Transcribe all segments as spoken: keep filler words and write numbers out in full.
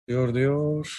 Diyor diyor.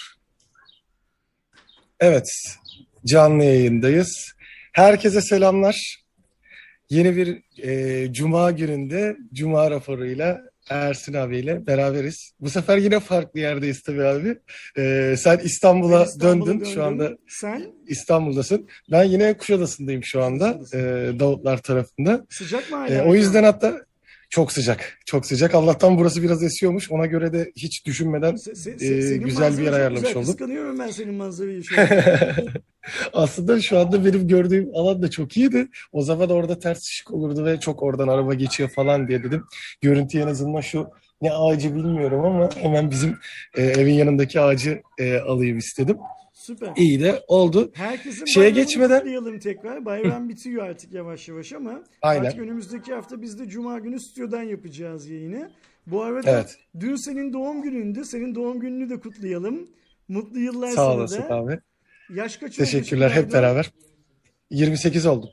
Evet, canlı yayındayız. Herkese selamlar. Yeni bir e, Cuma gününde Cuma raporuyla Ersin abiyle beraberiz. Bu sefer yine farklı yerdeyiz tabii abi. E, sen Ben İstanbul'a İstanbul'a döndün. Şu anda döndüm. Sen İstanbul'dasın. Ben yine Kuşadası'ndayım şu anda. E, Kuşadası'ndasın. Davutlar tarafında. Sıcak mı E, hala o yüzden Aydoğan? hatta çok sıcak. Çok sıcak. Allah'tan burası biraz esiyormuş. Ona göre de hiç düşünmeden Se- se- se- e, senin güzel bir manzara yer çok ayarlamış güzel. oldum. Kıskanıyorum ben senin manzarayı şu an. Aslında şu anda benim gördüğüm alan da çok iyiydi. O zaman orada ters ışık olurdu ve çok oradan araba geçiyor falan diye dedim. Görüntü en azından şu ne ağacı bilmiyorum ama hemen bizim e, evin yanındaki ağacı e, alayım istedim. Süper. İyi de oldu. Herkesin Şeye bayramını geçmeden kutlayalım tekrar. Bayram bitiyor artık yavaş yavaş ama artık aynen. önümüzdeki hafta biz de Cuma günü stüdyodan yapacağız yayını. Bu arada Evet. dün senin doğum günündü. Senin doğum gününü de kutlayalım. Mutlu yıllar Sağ sana olasın da. abi. Yaş kaç oldu Teşekkürler şimdi hep Aydoğan? beraber. yirmi sekiz oldum.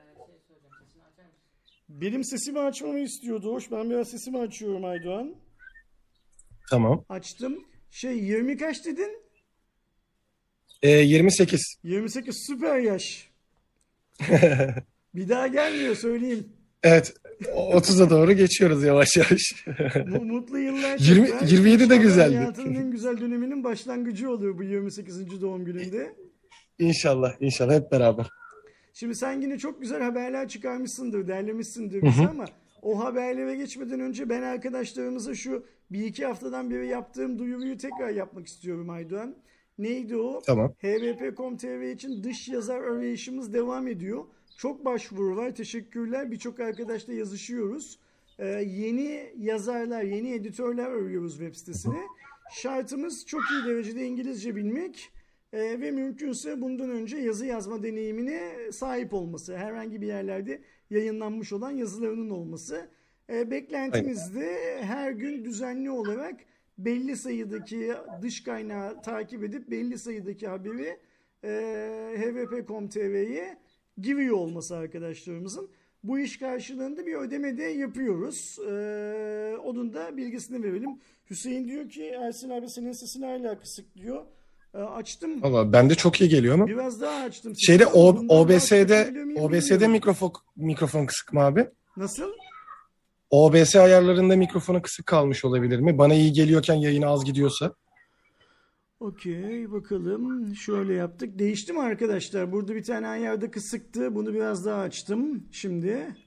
Benim sesimi açmamı istiyordu. Hoş, ben biraz sesimi açıyorum Aydoğan. Tamam. Açtım. Şey, yirmi kaç dedin? E, yirmi sekiz. yirmi sekiz, süper yaş. Bir daha gelmiyor söyleyeyim. Evet. otuza doğru geçiyoruz yavaş yavaş. Mu- Mutlu yıllar yirmi, tekrar. yirmi yedi de İnşallah güzeldi. hayatının en güzel döneminin başlangıcı oluyor bu yirmi sekizinci doğum gününde. İnşallah, inşallah hep beraber. Şimdi sen yine çok güzel haberler çıkarmışsındır, derlemişsindir Hı bize hı. ama o haberlere geçmeden önce ben arkadaşlarımıza şu bir iki haftadan beri yaptığım duyuruyu tekrar yapmak istiyorum Aydoğan. Neydi o? Tamam. h v p nokta com nokta t v için dış yazar arayışımız devam ediyor. Çok başvuru var. Teşekkürler. Birçok arkadaşla yazışıyoruz. Ee, yeni yazarlar, yeni editörler arıyoruz web sitesine. Şartımız çok iyi derecede İngilizce bilmek e, ve mümkünse bundan önce yazı yazma deneyimine sahip olması. Herhangi bir yerlerde yayınlanmış olan yazılarının olması. E, Aynen. beklentimiz de her gün düzenli olarak belli sayıdaki dış kaynağı takip edip belli sayıdaki haberi e, h v p nokta com nokta t v'ye giriyor olması arkadaşlarımızın. Bu iş karşılığında bir ödeme de yapıyoruz. Ee, onun da bilgisini verelim. Hüseyin diyor ki Ersin abi senin sesin hala kısık diyor. Ee, açtım. Valla bende çok iyi geliyor ama. Biraz daha açtım Şeyde sesini ama o, bundan daha çok OBS'de açabiliyor muyum OBS'de bilmiyorum. mikrofon mikrofon kısık mı abi? Nasıl? O B S ayarlarında mikrofonu kısık kalmış olabilir mi? Bana iyi geliyorken yayına az gidiyorsa. Okey bakalım. Şöyle yaptık. Değişti mi arkadaşlar? Burada bir tane ayarda kısıktı. Bunu biraz daha açtım. Şimdi.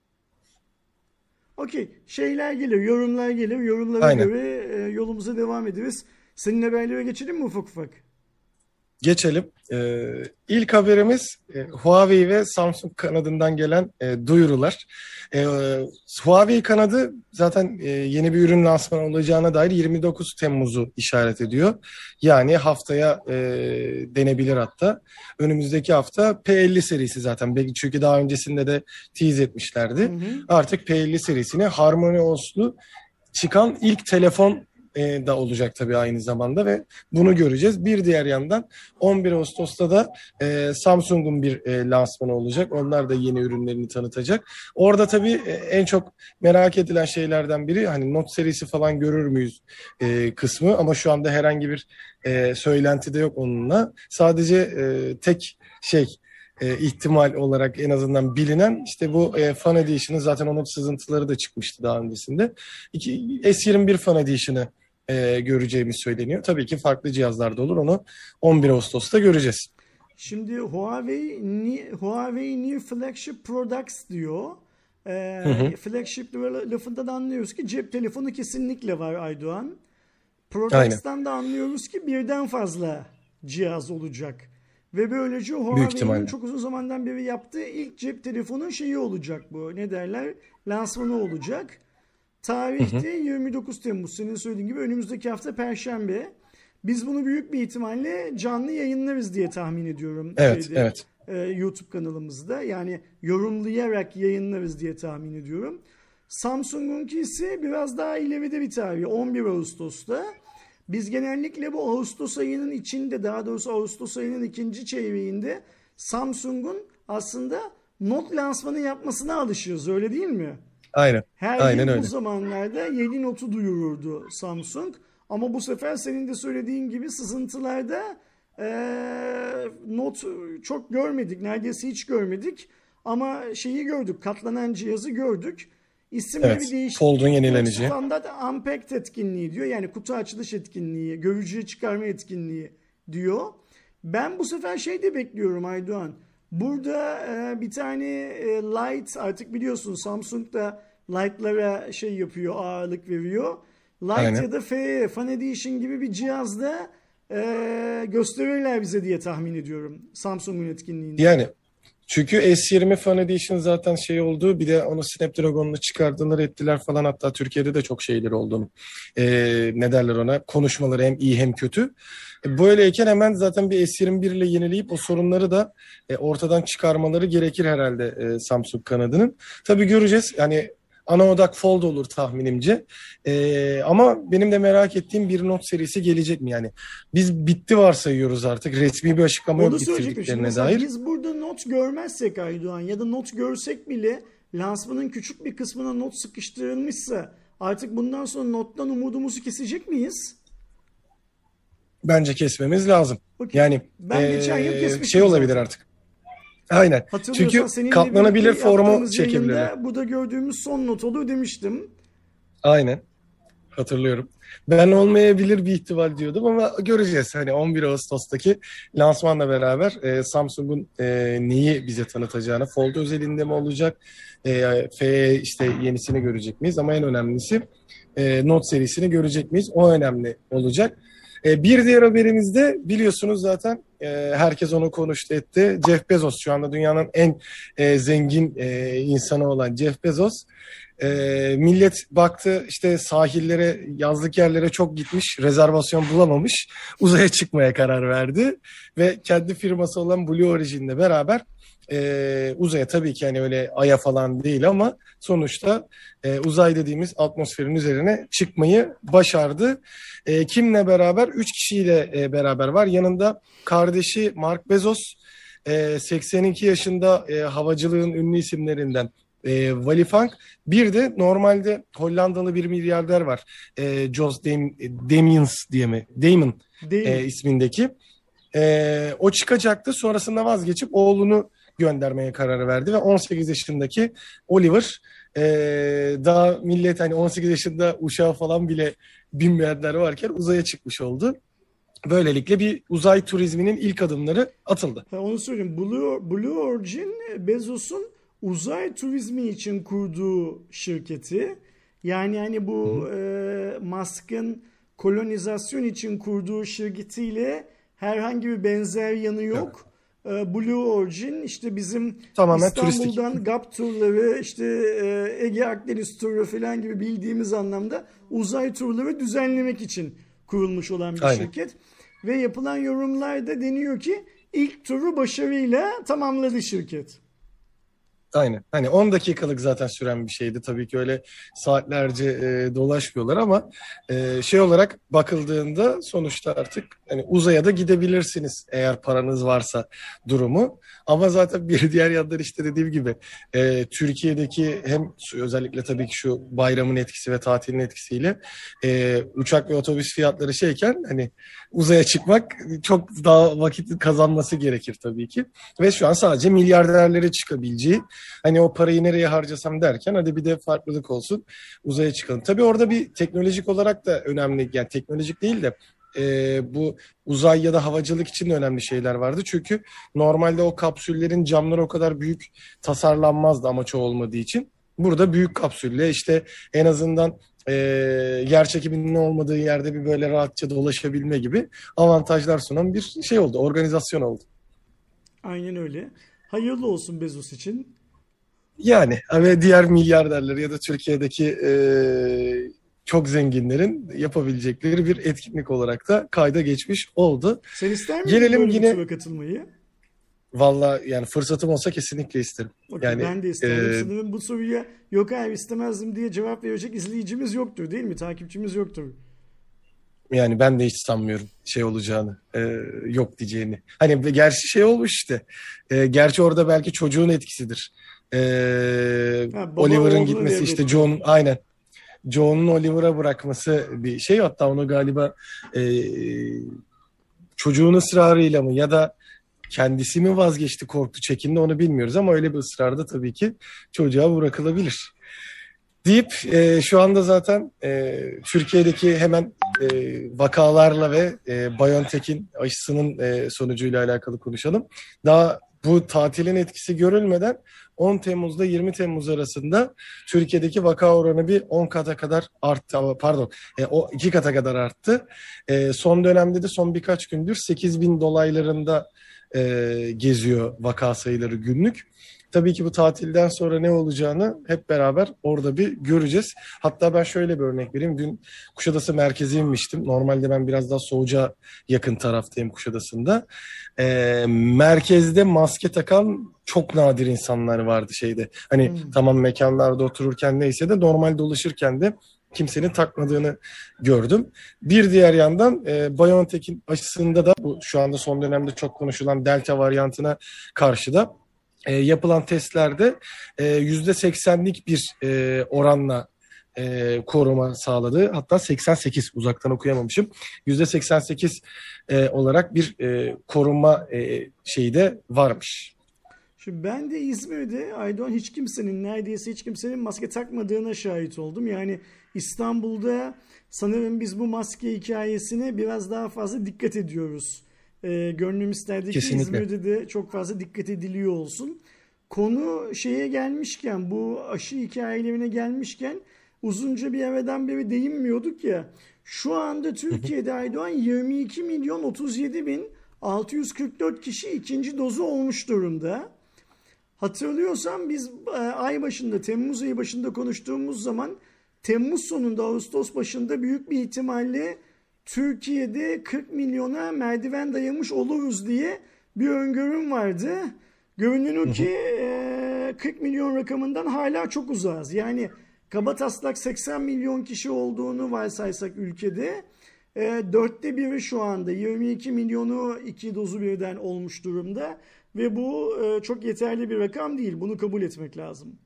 Okey. Şeyler gelir, yorumlar gelir. Yorumlara Aynen. göre e, yolumuza devam ederiz. Senin haberlere geçelim mi ufak ufak? Geçelim. Ee, ilk haberimiz e, Huawei ve Samsung kanadından gelen e, duyurular. E, Huawei kanadı zaten e, yeni bir ürün lansmanı olacağına dair yirmi dokuz Temmuz'u işaret ediyor. Yani haftaya e, denebilir hatta. Önümüzdeki hafta P elli serisi zaten. Belki çünkü daha öncesinde de tease Hı etmişlerdi. hı. Artık P elli serisini HarmonyOS'lu çıkan ilk telefon e, da olacak tabii aynı zamanda ve bunu göreceğiz. Bir diğer yandan on bir Ağustos'ta da e, Samsung'un bir e, lansmanı olacak. Onlar da yeni ürünlerini tanıtacak. Orada tabii e, en çok merak edilen şeylerden biri hani Note serisi falan görür müyüz e, kısmı ama şu anda herhangi bir e, söylenti de yok onunla. Sadece e, tek şey e, ihtimal olarak en azından bilinen işte bu e, Fan Edition'ı zaten onun sızıntıları da çıkmıştı daha öncesinde. İki, S yirmi bir Fan Edition'ı e, göreceğimiz söyleniyor. Tabii ki farklı cihazlarda olur. Onu on bir Ağustos'ta göreceğiz. Şimdi Huawei Ni- Huawei New Flagship Products diyor. Hı hı. Ee, flagship lafından da anlıyoruz ki cep telefonu kesinlikle var Aydoğan. Aynen. Products'tan da anlıyoruz ki birden fazla cihaz olacak. Ve böylece Büyük Huawei'nin ihtimalle. çok uzun zamandan beri yaptığı ilk cep telefonun şeyi olacak bu. Ne derler? Lansmanı olacak. Hı hı. Tarihte yirmi dokuz Temmuz. Senin söylediğin gibi önümüzdeki hafta Perşembe. Biz bunu büyük bir ihtimalle canlı yayınlarız diye tahmin ediyorum Evet, şeyde evet. e, YouTube kanalımızda. Yani yorumlayarak yayınlarız diye tahmin ediyorum. Samsung'unki ise biraz daha ileride bir tarih. on bir Ağustos'ta. Biz genellikle bu Ağustos ayının içinde, daha doğrusu Ağustos ayının ikinci çeyreğinde Samsung'un aslında Note lansmanı yapmasına alışıyoruz, öyle değil mi? Aynen. Her Aynen yıl bu öyle. zamanlarda yeni Note'u duyururdu Samsung. Ama bu sefer senin de söylediğin gibi sızıntılarda e, not çok görmedik. Neredeyse hiç görmedik. Ama şeyi gördük. Katlanan cihazı gördük. İsimleri Evet. değişti. Fold'un yenilenici. Standart Unpacked etkinliği diyor. Yani kutu açılış etkinliği, görücüye çıkarma etkinliği diyor. Ben bu sefer şey de bekliyorum Aydoğan. Burada e, bir tane e, light, artık biliyorsun Samsung da light'lara şey yapıyor, ağırlık veriyor. Light Aynen. ya da F E, Fan Edition gibi bir cihazda e, gösterirler bize diye tahmin ediyorum Samsung'un etkinliğinde. Yani çünkü S yirmi Fan Edition zaten şey oldu. Bir de onu Snapdragon'unu çıkardılar ettiler falan. Hatta Türkiye'de de çok şeyleri olduğunu. Ee, ne derler ona? Konuşmaları hem iyi hem kötü. E, böyleyken hemen zaten bir S yirmi bir ile yenileyip o sorunları da e, ortadan çıkarmaları gerekir herhalde e, Samsung kanadının. Tabii göreceğiz. Yani ana odak Fold olur tahminimce. Ee, ama benim de merak ettiğim bir Note serisi gelecek mi yani? Biz bitti varsayıyoruz artık. Resmi bir açıklama yok Onu söyleyecektim. Şimdi bitirdiklerine mesela dair. biz burada not görmezsek Aydoğan ya da not görsek bile lansmanın küçük bir kısmına not sıkıştırılmışsa artık bundan sonra nottan umudumuzu kesecek miyiz? Bence kesmemiz lazım. Okey. Yani Ben geçen yıl eee, kesmiştim şey olabilir zaten. artık. Aynen. Hatırlıyorsan Çünkü seninle katlanabilir birlikte formu yaptığımız çekebilirler. yayında bu da gördüğümüz son not olur demiştim. Aynen. Hatırlıyorum. Ben olmayabilir bir ihtimal diyordum ama göreceğiz. Hani on bir Ağustos'taki lansmanla beraber e, Samsung'un e, neyi bize tanıtacağını, Fold özelinde mi olacak, e, F işte yenisini görecek miyiz? Ama en önemlisi e, Note serisini görecek miyiz? O önemli olacak. E, bir diğer haberimiz de biliyorsunuz zaten e, herkes onu konuştu etti. Jeff Bezos şu anda dünyanın en e, zengin e, insanı olan Jeff Bezos. E, millet baktı işte sahillere, yazlık yerlere çok gitmiş, rezervasyon bulamamış, uzaya çıkmaya karar verdi ve kendi firması olan Blue Origin'le beraber e, uzaya, tabii ki hani öyle Ay'a falan değil ama sonuçta e, uzay dediğimiz atmosferin üzerine çıkmayı başardı. E, kimle beraber? Üç kişiyle e, beraber var. Yanında kardeşi Mark Bezos, e, seksen iki yaşında e, havacılığın ünlü isimlerinden e, Wally Funk. Bir de normalde Hollandalı bir milyarder var. E, Jos Dam Damians diye mi? Damon Değil e, mi? ismindeki. E, o çıkacaktı. Sonrasında vazgeçip oğlunu göndermeye karar verdi ve on sekiz yaşındaki Oliver, e, daha millet hani on sekiz yaşında uşağı falan bile binmeyenler varken uzaya çıkmış oldu. Böylelikle bir uzay turizminin ilk adımları atıldı. Ha, onu söyleyeyim. Blue, Blue Origin Bezos'un uzay turizmi için kurduğu şirketi. Yani hani bu e, Musk'ın kolonizasyon için kurduğu şirketiyle herhangi bir benzer yanı yok. E, Blue Origin işte bizim Tamamen İstanbul'dan turistik. G A P turları, işte e, Ege Akdeniz turu falan gibi bildiğimiz anlamda uzay turları düzenlemek için kurulmuş olan bir Aynen. şirket. Ve yapılan yorumlarda deniyor ki ilk turu başarıyla tamamladı şirket. Aynen. Hani on dakikalık zaten süren bir şeydi. Tabii ki öyle saatlerce e, dolaşmıyorlar ama e, şey olarak bakıldığında sonuçta artık hani uzaya da gidebilirsiniz eğer paranız varsa durumu. Ama zaten bir diğer yandan işte dediğim gibi e, Türkiye'deki hem özellikle tabii ki şu bayramın etkisi ve tatilin etkisiyle e, uçak ve otobüs fiyatları şeyken hani uzaya çıkmak çok daha vakit kazanması gerekir tabii ki. Ve şu an sadece milyarderlere çıkabileceği, hani o parayı nereye harcasam derken hadi bir de farklılık olsun, uzaya çıkalım. Tabii orada bir teknolojik olarak da önemli, yani teknolojik değil de e, bu uzay ya da havacılık için de önemli şeyler vardı. Çünkü normalde o kapsüllerin camları o kadar büyük tasarlanmazdı amaç o olmadığı için. Burada büyük kapsülle işte en azından e, yer çekiminin olmadığı yerde bir böyle rahatça dolaşabilme gibi avantajlar sunan bir şey oldu, organizasyon oldu. Aynen öyle. Hayırlı olsun Bezos için. Yani ve diğer milyarderler ya da Türkiye'deki e, çok zenginlerin yapabilecekleri bir etkinlik olarak da kayda geçmiş oldu. Sen ister miydin Gelelim böyle bir yine, tura katılmayı? valla yani fırsatım olsa kesinlikle isterim. Okey, Yani ben de isterdim. e, Sanırım bu soruya yok hayır istemezdim diye cevap verecek izleyicimiz yoktur değil mi? Takipçimiz yoktur. yani ben de hiç sanmıyorum şey olacağını, e, yok diyeceğini. Hani gerçi şey olmuş işte. E, gerçi orada belki çocuğun etkisidir. E, Ha, baba Oliver'ın oğlunu gitmesi işte devretti. John, aynen. Joe'nun Oliver'a bırakması bir şey. Hatta onu galiba e, çocuğun ısrarıyla mı ya da kendisi mi vazgeçti, korktu, çekindi, onu bilmiyoruz ama öyle bir ısrarda tabii ki çocuğa bırakılabilir. Deyip e, şu anda zaten e, Türkiye'deki hemen e, vakalarla ve e, BioNTech'in aşısının e, sonucuyla alakalı konuşalım. Daha bu tatilin etkisi görülmeden on Temmuz'da yirmi Temmuz arasında Türkiye'deki vaka oranı bir on kata kadar arttı. Pardon, e, o iki kata kadar arttı. E, son dönemde de son birkaç gündür sekiz bin dolaylarında e, geziyor vaka sayıları günlük. Tabii ki bu tatilden sonra ne olacağını hep beraber orada bir göreceğiz. Hatta ben şöyle bir örnek vereyim. Dün Kuşadası merkeze inmiştim. Normalde ben biraz daha Soğuca yakın taraftayım Kuşadası'nda. Ee, merkezde maske takan çok nadir insanlar vardı şeyde. Hani hmm. tamam mekanlarda otururken neyse de normal dolaşırken de kimsenin takmadığını gördüm. Bir diğer yandan e, BioNTech'in aşısında da bu şu anda son dönemde çok konuşulan Delta varyantına karşı da E, yapılan testlerde e, yüzde seksenlik bir e, oranla e, koruma sağladı. Hatta seksen sekiz, uzaktan okuyamamışım. yüzde seksen sekiz e, olarak bir e, koruma e, şeyi de varmış. Şimdi ben de İzmir'de Aydoğan hiç kimsenin neredeyse hiç kimsenin maske takmadığına şahit oldum. Yani İstanbul'da sanırım biz bu maske hikayesine biraz daha fazla dikkat ediyoruz. E, gönlüm isterdi ki İzmir'de de çok fazla dikkat ediliyor olsun. Konu şeye gelmişken, bu aşı hikayelerine gelmişken uzunca bir aradan beri değinmiyorduk ya. Şu anda Türkiye'de Aydoğan yirmi iki milyon otuz yedi bin altı yüz kırk dört kişi ikinci dozu olmuş durumda. Hatırlıyorsam biz ay başında, Temmuz ayı başında konuştuğumuz zaman Temmuz sonunda, Ağustos başında büyük bir ihtimalle Türkiye'de kırk milyona merdiven dayamış oluruz diye bir öngörüm vardı. Görünen o ki kırk milyon rakamından hala çok uzağız. Yani kabataslak seksen milyon kişi olduğunu varsaysak ülkede dörtte biri şu anda yirmi iki milyonu iki dozu birden olmuş durumda. Ve bu çok yeterli bir rakam değil. Bunu kabul etmek lazım.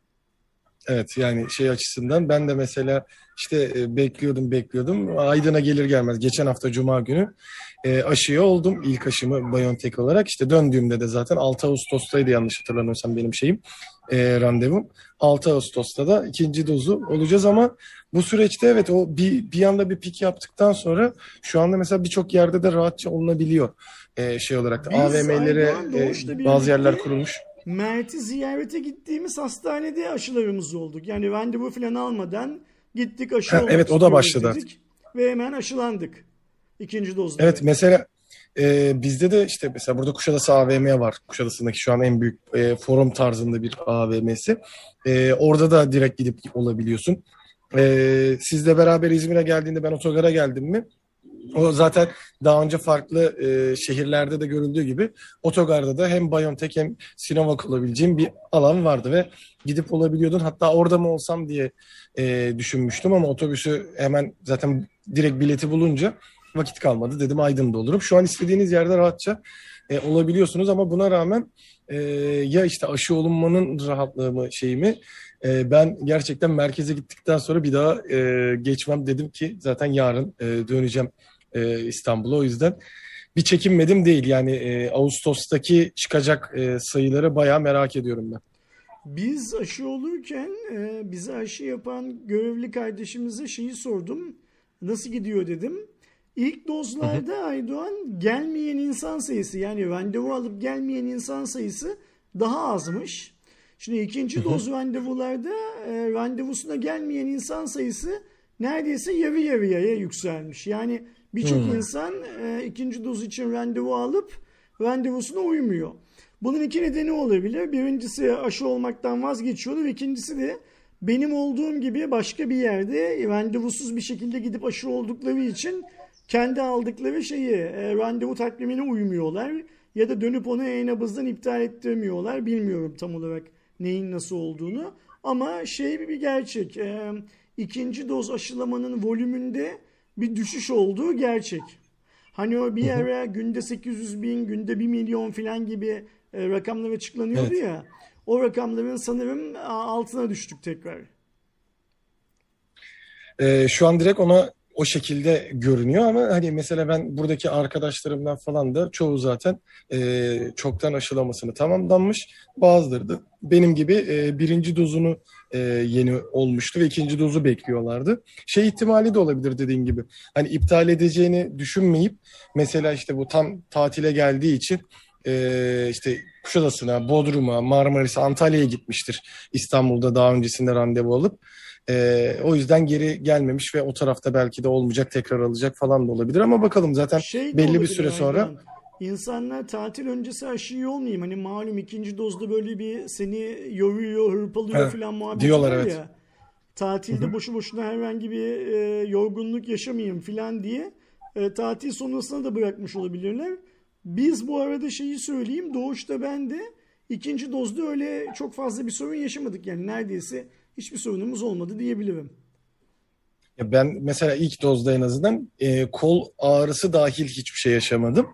Evet, yani şey açısından ben de mesela işte e, bekliyordum bekliyordum Aydın'a gelir gelmez geçen hafta Cuma günü e, aşıyı oldum, ilk aşımı BioNTech olarak. İşte döndüğümde de zaten altı Ağustos'taydı yanlış hatırlamıyorsam benim şeyim e, randevum. altı Ağustos'ta da ikinci dozu olacağız ama bu süreçte evet o bir, bir anda bir pik yaptıktan sonra şu anda mesela birçok yerde de rahatça olunabiliyor e, şey olarak da. Biz A V M'lere e, bazı yerler kurulmuş. Mert'i ziyarete gittiğimiz hastanede aşılarımız olduk. Yani randevu falan almadan gittik, aşı olmak evet, o da başladı artık. Ve hemen aşılandık. İkinci dozda. Evet, mesela e, bizde de işte mesela burada Kuşadası A V M var. Kuşadası'ndaki şu an en büyük e, forum tarzında bir A V M'si. E, orada da direkt gidip olabiliyorsun. E, sizle beraber İzmir'e geldiğinde ben otogara geldim mi? O zaten daha önce farklı e, şehirlerde de görüldüğü gibi otogarda da hem BioNTech hem Sinovac olabileceğim bir alan vardı ve gidip olabiliyordun. Hatta orada mı olsam diye e, düşünmüştüm ama otobüsü hemen zaten direkt bileti bulunca vakit kalmadı. Dedim Aydın'da olurum. Şu an istediğiniz yerde rahatça e, olabiliyorsunuz ama buna rağmen e, ya işte aşı olunmanın rahatlığı mı şey mi? E, ben gerçekten merkeze gittikten sonra bir daha e, geçmem, dedim ki zaten yarın e, döneceğim e, İstanbul'a. O yüzden bir çekinmedim değil. Yani e, Ağustos'taki çıkacak e, sayıları bayağı merak ediyorum ben. Biz aşı olurken e, bize aşı yapan görevli kardeşimize şeyi sordum. Nasıl gidiyor dedim. İlk dozlarda hı hı. Aydoğan gelmeyen insan sayısı, yani randevu alıp gelmeyen insan sayısı daha azmış. Şimdi ikinci hı hı. doz randevularda e, randevusuna gelmeyen insan sayısı neredeyse yarı yarıya yükselmiş. Yani birçok hmm. insan e, ikinci doz için randevu alıp randevusuna uymuyor. Bunun iki nedeni olabilir. Birincisi aşı olmaktan vazgeçiyorlar. İkincisi de benim olduğum gibi başka bir yerde randevusuz bir şekilde gidip aşı oldukları için kendi aldıkları şeyi e, randevu takvimine uymuyorlar. Ya da dönüp onu e-nabızdan iptal ettirmiyorlar. Bilmiyorum tam olarak neyin nasıl olduğunu. Ama şey bir gerçek. E, ikinci doz aşılamanın volümünde bir düşüş olduğu gerçek. Hani o bir ara günde sekiz yüz bin, günde bir milyon falan gibi e, rakamlar açıklanıyordu evet. ya. O rakamların sanırım altına düştük tekrar. Ee, şu an direkt ona o şekilde görünüyor ama hani mesela ben buradaki arkadaşlarımdan falan da çoğu zaten e, çoktan aşılamasını tamamlanmış. Bazıları da benim gibi e, birinci dozunu e, yeni olmuştu ve ikinci dozu bekliyorlardı. Şey ihtimali de olabilir dediğin gibi. Hani iptal edeceğini düşünmeyip mesela işte bu tam tatile geldiği için e, işte Kuşadası'na, Bodrum'a, Marmaris'e, Antalya'ya gitmiştir. İstanbul'da daha öncesinde randevu alıp. Ee, o yüzden geri gelmemiş ve o tarafta belki de olmayacak, tekrar alacak falan da olabilir ama bakalım zaten Şey de belli bir olabilir süre sonra. Aydoğan. İnsanlar tatil öncesi aşıyı olmayayım. Hani malum ikinci dozda böyle bir seni yoruyor, hırpalıyor He, falan muhabbeti diyorlar var evet. ya. Tatilde boşu boşuna herhangi bir e, yorgunluk yaşamayayım falan diye e, tatil sonrasına da bırakmış olabilirler. Biz bu arada şeyi söyleyeyim. Doğuşta ben de ikinci dozda öyle çok fazla bir sorun yaşamadık. Yani neredeyse hiçbir sorunumuz olmadı diyebilirim. Ya ben mesela ilk dozda en azından e, kol ağrısı dahil hiçbir şey yaşamadım.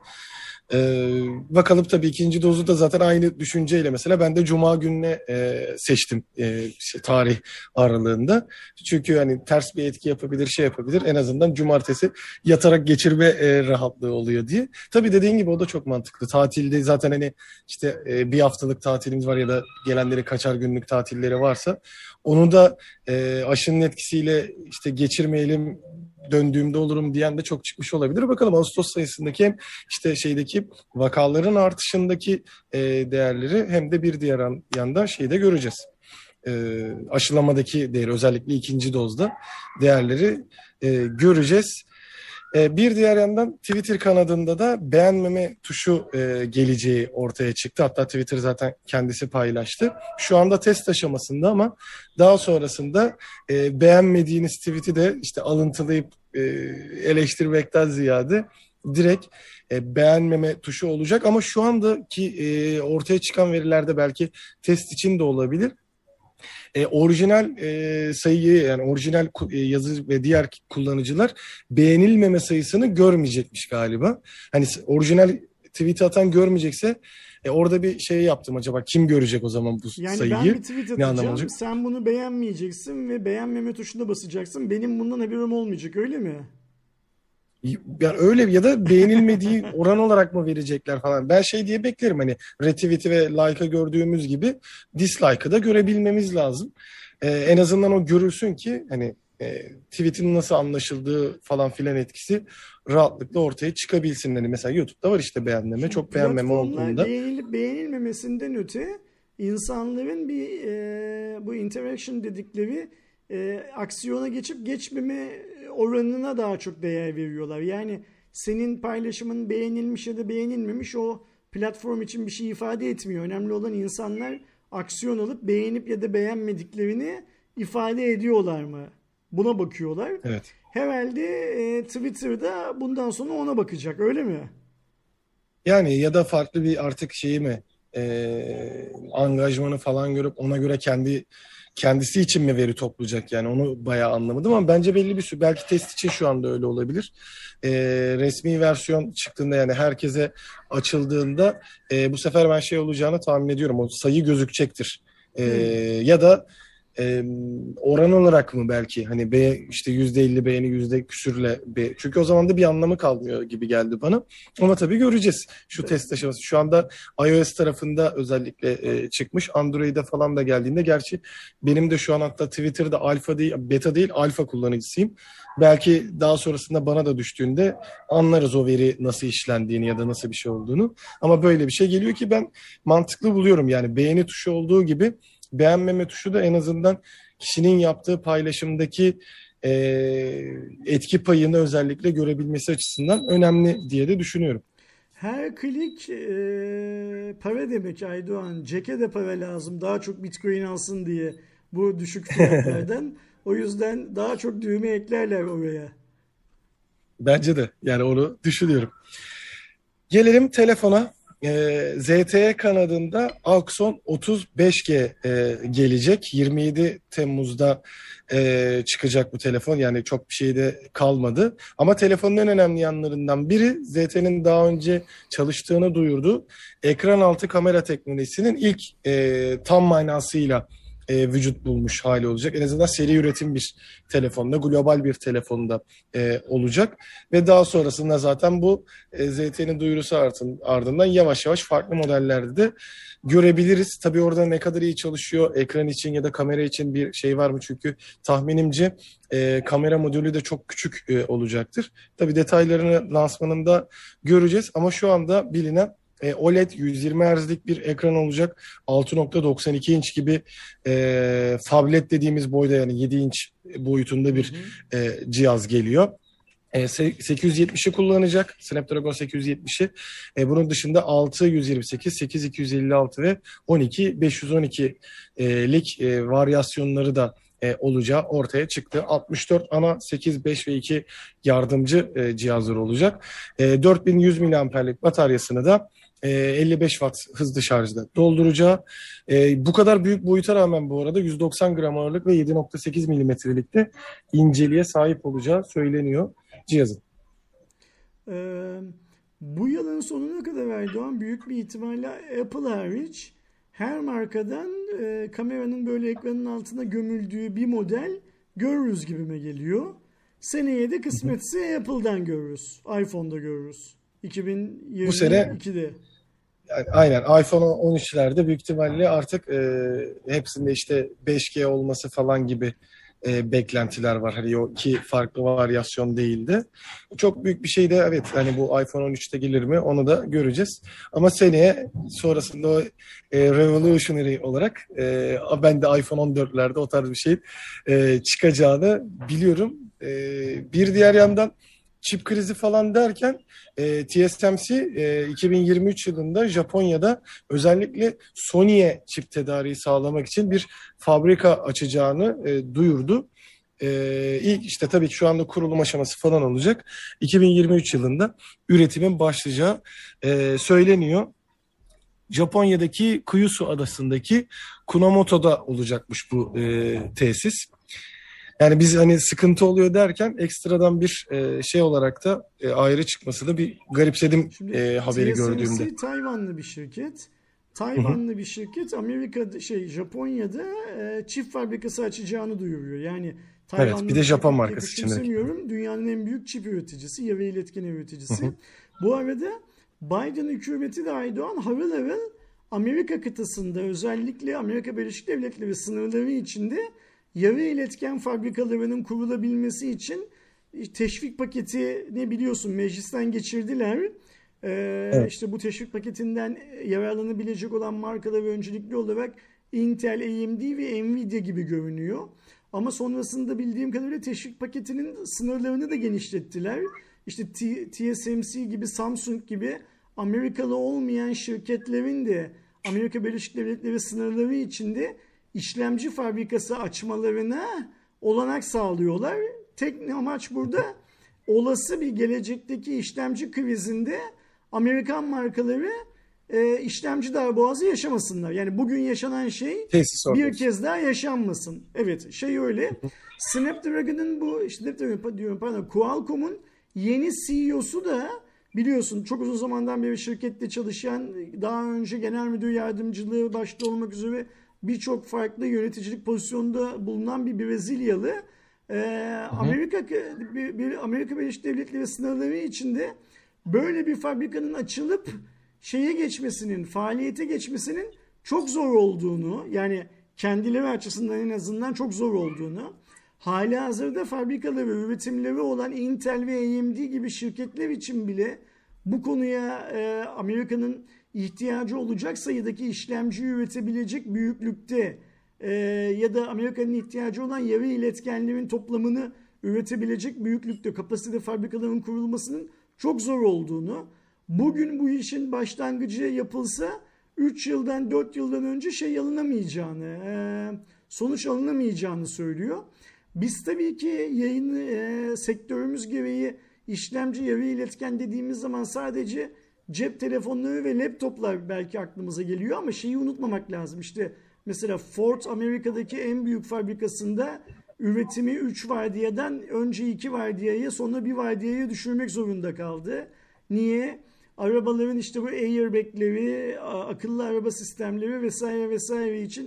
Ee, bakalım tabii ikinci dozu da zaten aynı düşünceyle mesela ben de Cuma gününe e, seçtim e, şey, tarih aralığında. Çünkü hani ters bir etki yapabilir, şey yapabilir. En azından cumartesi yatarak geçirme e, rahatlığı oluyor diye. Tabii dediğin gibi o da çok mantıklı. Tatilde zaten hani işte e, bir haftalık tatilimiz var ya da gelenlerin kaçar günlük tatilleri varsa onu da e, aşının etkisiyle işte geçirmeyelim döndüğümde olurum diyen de çok çıkmış olabilir. Bakalım Ağustos sayısındaki hem işte şeydeki vakaların artışındaki e, değerleri hem de bir diğer an, yanda şeyde göreceğiz. E, aşılamadaki değeri özellikle ikinci dozda değerleri e, göreceğiz. E, bir diğer yandan Twitter kanadında da beğenmeme tuşu e, geleceği ortaya çıktı. Hatta Twitter zaten kendisi paylaştı. Şu anda test aşamasında ama daha sonrasında e, beğenmediğiniz tweet'i de işte alıntılayıp e, eleştirmekten ziyade direkt e, beğenmeme tuşu olacak. Ama şu andaki e, ortaya çıkan verilerde belki test için de olabilir. E, orijinal e, sayıyı yani orijinal ku- e, yazı ve diğer kullanıcılar beğenilmeme sayısını görmeyecekmiş galiba. Hani s- orijinal tweet atan görmeyecekse e, orada bir şey yaptım acaba kim görecek o zaman bu Yani ben bir sayıyı? tweet Ne anlam atacağım. olacak? Sen bunu beğenmeyeceksin ve beğenmeme tuşuna basacaksın. Benim bundan haberim olmayacak, öyle mi? Yani öyle ya da beğenilmediği oran olarak mı verecekler falan. Ben şey diye beklerim hani retweet'i ve like'ı gördüğümüz gibi dislike'ı da görebilmemiz lazım. Ee, en azından o görülsün ki hani e, tweet'in nasıl anlaşıldığı falan filan etkisi rahatlıkla ortaya çıkabilsin. Hani mesela YouTube'da var işte beğenmeme, Şimdi çok beğenmeme platformlar olduğunda. beğenilip beğenilmemesinden öte insanların bir e, bu interaction dedikleri e, aksiyona geçip geçmeme oranına daha çok değer veriyorlar. Yani senin paylaşımın beğenilmiş ya da beğenilmemiş o platform için bir şey ifade etmiyor. Önemli olan insanlar aksiyon alıp beğenip ya da beğenmediklerini ifade ediyorlar mı? Buna bakıyorlar. Evet. Herhalde e, Twitter'da bundan sonra ona bakacak, öyle mi? Yani ya da farklı bir artık şeyi mi e, angajmanı falan görüp ona göre kendi kendisi için mi veri toplayacak yani onu bayağı anlamadım ama bence belli bir süre belki test için şu anda öyle olabilir. E, resmi versiyon çıktığında yani herkese açıldığında e, bu sefer ben şey olacağını tahmin ediyorum o sayı gözükecektir. E, Hmm. ya da e, oran olarak mı belki hani be, işte yüzde elli beğeni yüzde küsürle be, çünkü o zaman da bir anlamı kalmıyor gibi geldi bana. Ama tabii göreceğiz şu test aşaması. Şu anda iOS tarafında özellikle e, çıkmış. Android'e falan da geldiğinde gerçi benim de şu an hatta Twitter'da alfa değil, beta değil alfa kullanıcısıyım. Belki daha sonrasında bana da düştüğünde anlarız o veri nasıl işlendiğini ya da nasıl bir şey olduğunu. Ama böyle bir şey geliyor ki ben mantıklı buluyorum. Yani beğeni tuşu olduğu gibi beğenmeme tuşu da en azından kişinin yaptığı paylaşımdaki e, etki payını özellikle görebilmesi açısından önemli diye de düşünüyorum. Her klik e, para demek Aydoğan. Jack'e de para lazım. Daha çok Bitcoin alsın diye bu düşük fiyatlardan. O yüzden daha çok düğme eklerler oraya. Bence de yani onu düşünüyorum. Gelelim telefona. Ee, Z T E kanadında Axon otuz beş G e, gelecek. yirmi yedi Temmuz'da e, çıkacak bu telefon. Yani çok bir şey de kalmadı. Ama telefonun en önemli yanlarından biri Z T E'nin daha önce çalıştığını duyurdu. Ekran altı kamera teknolojisinin ilk e, tam manasıyla e, vücut bulmuş hali olacak. En azından seri üretim bir telefonda, global bir telefonda e, olacak. Ve daha sonrasında zaten bu e, Z T'nin duyurusu ardın, ardından yavaş yavaş farklı modellerde de görebiliriz. Tabii orada ne kadar iyi çalışıyor, ekran için ya da kamera için bir şey var mı? Çünkü tahminimce e, kamera modülü de çok küçük e, olacaktır. Tabii detaylarını lansmanında göreceğiz ama şu anda bilinen e, O L E D yüz yirmi Hz'lik bir ekran olacak. altı nokta doksan iki inç gibi e, tablet dediğimiz boyda, yani yedi inç boyutunda bir e, cihaz geliyor. E, sekiz yüz yetmişi kullanacak. Snapdragon sekiz yüz yetmişi. E, bunun dışında altı yüz yirmi sekiz, sekiz iki yüz elli altı ve on iki beş yüz on ikilik e, varyasyonları da e, olacağı ortaya çıktı. altmış dört ana, sekiz, beş ve iki yardımcı e, cihazlar olacak. E, dört bin yüz miliamperlik bataryasını da e, elli beş watt hızlı şarjda dolduracağı. E, bu kadar büyük boyuta rağmen bu arada yüz doksan gram ağırlık ve yedi nokta sekiz milimetrelik de inceliğe sahip olacağı söyleniyor cihazın. Ee, Bu yılın sonuna kadar Erdoğan büyük bir ihtimalle Apple hariç her markadan e, kameranın böyle ekranın altına gömüldüğü bir model görürüz gibime geliyor. Seneye de kısmetse Apple'dan görürüz. iPhone'da görürüz. Bu sene iki bin yirmi ikide. yani aynen iPhone on üçlerde büyük ihtimalle artık e, hepsinde işte beş G olması falan gibi e, beklentiler var. Hani o iki farklı varyasyon değildi. Çok büyük bir şey de evet, hani bu iPhone on üçte gelir mi onu da göreceğiz. Ama seneye sonrasında o e, revolutionary olarak e, ben de iPhone on dörtlerde o tarz bir şey e, çıkacağını biliyorum. E, bir diğer yandan çip krizi falan derken e, T S M C e, iki bin yirmi üç yılında Japonya'da özellikle Sony'ye çip tedariği sağlamak için bir fabrika açacağını e, duyurdu. E, ilk işte tabii ki şu anda kurulum aşaması falan olacak. iki bin yirmi üç yılında üretimin başlayacağı e, söyleniyor. Japonya'daki Kyushu adasındaki Kumamoto'da olacakmış bu e, tesis. Yani biz hani sıkıntı oluyor derken ekstradan bir e, şey olarak da e, ayrı çıkması da bir garipsedim Şimdi e, haberi T S M C gördüğümde. Tayvanlı bir şirket. Hı hı. Tayvanlı bir şirket Amerika'da şey Japonya'da e, çip fabrikası açacağını duyuruyor. Yani Evet, bir Tayvanlı de bir Japon şirket diye markası için direkt. küçümsemiyorum. Dünyanın en büyük çip üreticisi, yarı iletken Hı üreticisi. hı. Bu arada Biden hükümeti de Aydoğan harıl harıl Amerika kıtasında özellikle Amerika Birleşik Devletleri sınırları içinde yarı iletken fabrikalarının kurulabilmesi için teşvik paketi ne biliyorsun meclisten geçirdiler. Ee, Evet. işte bu teşvik paketinden yararlanabilecek olan markalar öncelikli olarak Intel, A M D ve Nvidia gibi görünüyor. Ama sonrasında bildiğim kadarıyla teşvik paketinin sınırlarını da genişlettiler. İşte T S M C gibi, Samsung gibi Amerikalı olmayan şirketlerin de Amerika Birleşik Devletleri sınırları içinde işlemci fabrikası açmalarına olanak sağlıyorlar. Tek amaç burada olası bir gelecekteki işlemci krizinde Amerikan markaları e, işlemci darboğazı yaşamasınlar. Yani bugün yaşanan şey Tesis orada bir olsun. kez daha yaşanmasın. Evet, şey öyle. Snapdragon'ın bu işte Snapdragon diyorum pardon Qualcomm'un yeni C E O'su da biliyorsun çok uzun zamandan beri şirkette çalışan, daha önce genel müdür yardımcılığı başta olmak üzere birçok farklı yöneticilik pozisyonunda bulunan bir Brezilyalı. Ee, Amerika bir, bir Amerika Birleşik Devletleri sınırları içinde böyle bir fabrikanın açılıp şeye geçmesinin, faaliyete geçmesinin çok zor olduğunu, yani kendileri açısından en azından çok zor olduğunu, halihazırda fabrikaları, üretimleri olan Intel ve A M D gibi şirketler için bile bu konuya e, Amerika'nın ihtiyacı olacak sayıdaki işlemci üretebilecek büyüklükte e, ya da Amerika'nın ihtiyacı olan yarı iletkenlerin toplamını üretebilecek büyüklükte kapasite fabrikaların kurulmasının çok zor olduğunu, bugün bu işin başlangıcı yapılsa üç yıldan dört yıldan önce şey alınamayacağını, e, sonuç alınamayacağını söylüyor. Biz tabii ki yayın e, sektörümüz gereği işlemci yarı iletken dediğimiz zaman sadece cep telefonları ve laptoplar belki aklımıza geliyor ama şeyi unutmamak lazım. İşte mesela Ford Amerika'daki en büyük fabrikasında üretimi üç vardiyadan önce iki vardiyaya sonra bir vardiyaya düşürmek zorunda kaldı. Niye? Arabaların işte bu airbagleri, akıllı araba sistemleri vesaire vesaire için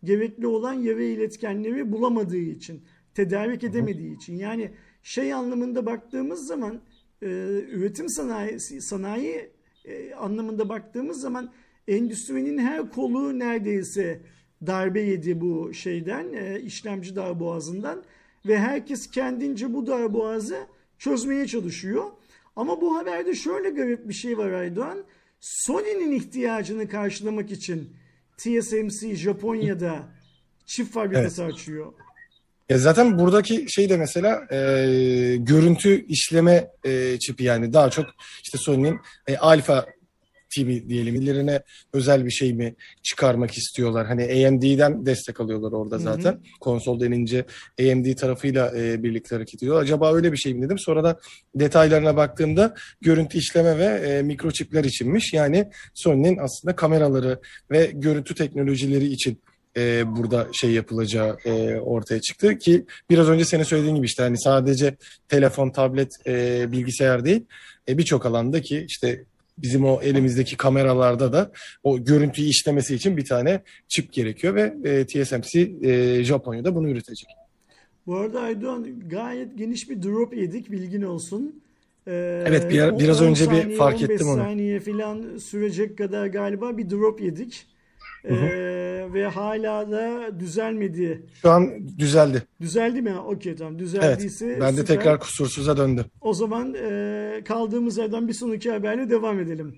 gerekli olan yara iletkenleri bulamadığı için, tedarik edemediği için. Yani şey anlamında baktığımız zaman, e, üretim sanayisi, sanayi e, anlamında baktığımız zaman endüstrinin her kolu neredeyse darbe yedi bu şeyden, e, işlemci darboğazından ve herkes kendince bu darboğazı çözmeye çalışıyor. Ama bu haberde şöyle garip bir şey var Aydoğan. Sony'nin ihtiyacını karşılamak için T S M C Japonya'da çip fabrikası Evet. açıyor. Ya zaten buradaki şey de mesela e, görüntü işleme e, çipi, yani daha çok işte Sony'nin e, Alpha T V diyelim, birilerine özel bir şey mi çıkarmak istiyorlar? Hani A M D'den destek alıyorlar orada Hı zaten. hı. Konsol denince A M D tarafıyla e, birlikte hareket ediyor. Acaba öyle bir şey mi dedim. Sonradan detaylarına baktığımda görüntü işleme ve e, mikroçipler içinmiş. Yani Sony'nin aslında kameraları ve görüntü teknolojileri için e, burada şey yapılacağı e, ortaya çıktı ki biraz önce senin söylediğin gibi işte hani sadece telefon, tablet, e, bilgisayar değil, e, birçok alanda ki işte bizim o elimizdeki kameralarda da o görüntüyü işlemesi için bir tane çip gerekiyor ve e, T S M C e, Japonya'da bunu üretecek. Bu arada Aydoğan, gayet geniş bir drop yedik, bilgin olsun. Evet, Ee, bir, biraz on önce bir saniye fark on beş ettim onu. saniye falan sürecek kadar galiba bir drop yedik. Hı hı. Ee, ve hala da düzelmedi. Şu an düzeldi. Düzeldi mi? Okey, tamam, Evet, düzeldiyse ben de süper. tekrar kusursuza döndü. O zaman e, kaldığımız yerden bir sonraki haberle devam edelim.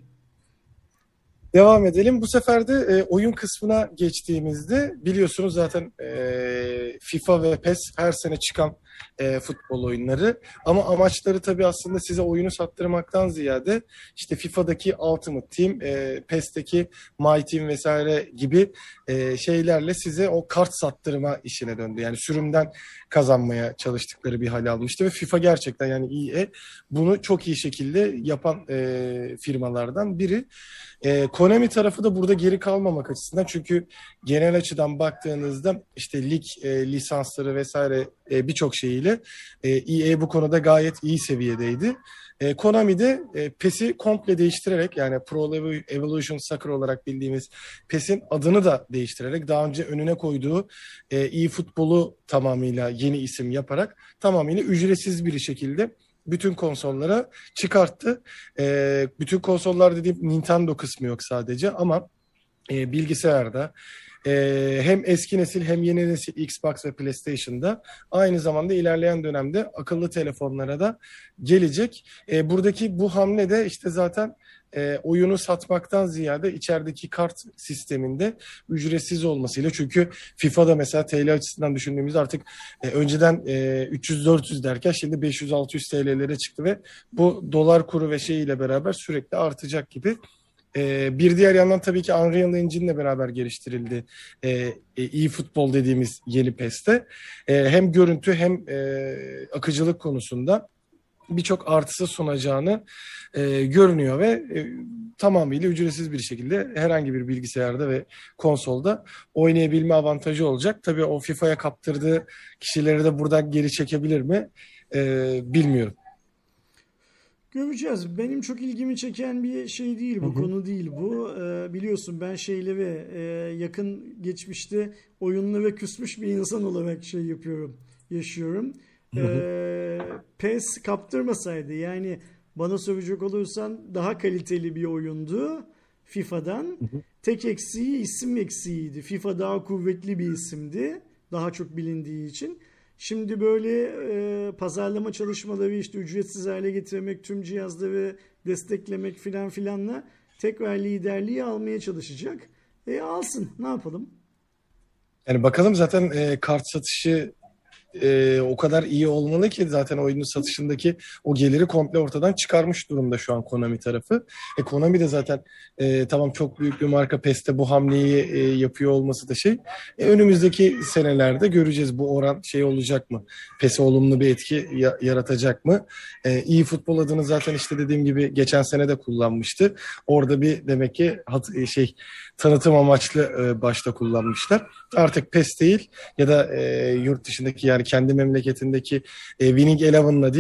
Devam edelim. Bu sefer de e, oyun kısmına geçtiğimizde biliyorsunuz zaten e, FIFA ve PES her sene çıkan e, futbol oyunları. Ama amaçları tabii aslında size oyunu sattırmaktan ziyade işte FIFA'daki Ultimate Team, e, PES'teki My Team vesaire gibi e, şeylerle size o kart sattırma işine döndü. Yani sürümden kazanmaya çalıştıkları bir hal almıştı ve FIFA gerçekten, yani E A bunu çok iyi şekilde yapan e, firmalardan biri. E, Konami tarafı da burada geri kalmamak açısından, çünkü genel açıdan baktığınızda işte lig e, lisansları vesaire e, birçok şeyiyle e, E A bu konuda gayet iyi seviyedeydi. E, Konami de e, PES'i komple değiştirerek, yani Pro Evolution Soccer olarak bildiğimiz PES'in adını da değiştirerek daha önce önüne koyduğu e, eFootball'u tamamıyla yeni isim yaparak tamamıyla ücretsiz bir şekilde bütün konsollara çıkarttı. E, bütün konsollar dediğim Nintendo kısmı yok sadece, ama e, bilgisayarda e, hem eski nesil hem yeni nesil Xbox ve PlayStation'da, aynı zamanda ilerleyen dönemde akıllı telefonlara da gelecek. E, buradaki bu hamle de işte zaten e, oyunu satmaktan ziyade içerideki kart sisteminde ücretsiz olmasıyla, çünkü FIFA'da mesela T L açısından düşündüğümüzde artık e, önceden e, üç yüz dört yüz derken şimdi beş yüz altı yüz T L'lere çıktı ve bu dolar kuru ve şeyiyle beraber sürekli artacak gibi. Ee, bir diğer yandan tabii ki Unreal Engine'le beraber geliştirildi ee, e, eFootball dediğimiz yeni PES'te. Ee, hem görüntü hem e, akıcılık konusunda birçok artısı sunacağını e, görünüyor ve e, tamamıyla ücretsiz bir şekilde herhangi bir bilgisayarda ve konsolda oynayabilme avantajı olacak. Tabii o FIFA'ya kaptırdığı kişileri de buradan geri çekebilir mi? Ee, bilmiyorum. Göreceğiz. Benim çok ilgimi çeken bir şey değil Hı bu, hı. konu değil bu. Ee, biliyorsun ben şeyleri e, yakın geçmişte oyunlara küsmüş bir insan olarak şey yapıyorum, yaşıyorum. Hı hı. Ee, PES kaptırmasaydı, yani bana soracak olursan daha kaliteli bir oyundu FIFA'dan. Hı hı. Tek eksiği isim eksiğiydi. FIFA daha kuvvetli bir isimdi, daha çok bilindiği için. Şimdi böyle e, pazarlama çalışmaları, işte ücretsiz hale getirmek, tüm cihazları desteklemek filan filanla tekrar liderliği almaya çalışacak. E alsın, ne yapalım? Yani bakalım, zaten e, kart satışı e, o kadar iyi olmalı ki zaten oyunun satışındaki o geliri komple ortadan çıkarmış durumda şu an Konami tarafı. E, Konami de zaten e, tamam çok büyük bir marka, PES'te bu hamleyi e, yapıyor olması da şey. E, önümüzdeki senelerde göreceğiz bu oran şey olacak mı? PES'e olumlu bir etki ya- yaratacak mı? E, iyi futbol adını zaten işte dediğim gibi geçen sene de kullanmıştı. Orada bir demek ki hat- e, şey tanıtım amaçlı e, başta kullanmışlar. Artık PES değil ya da e, yurt dışındaki, yani kendi memleketindeki e, Winning Eleven'la değil,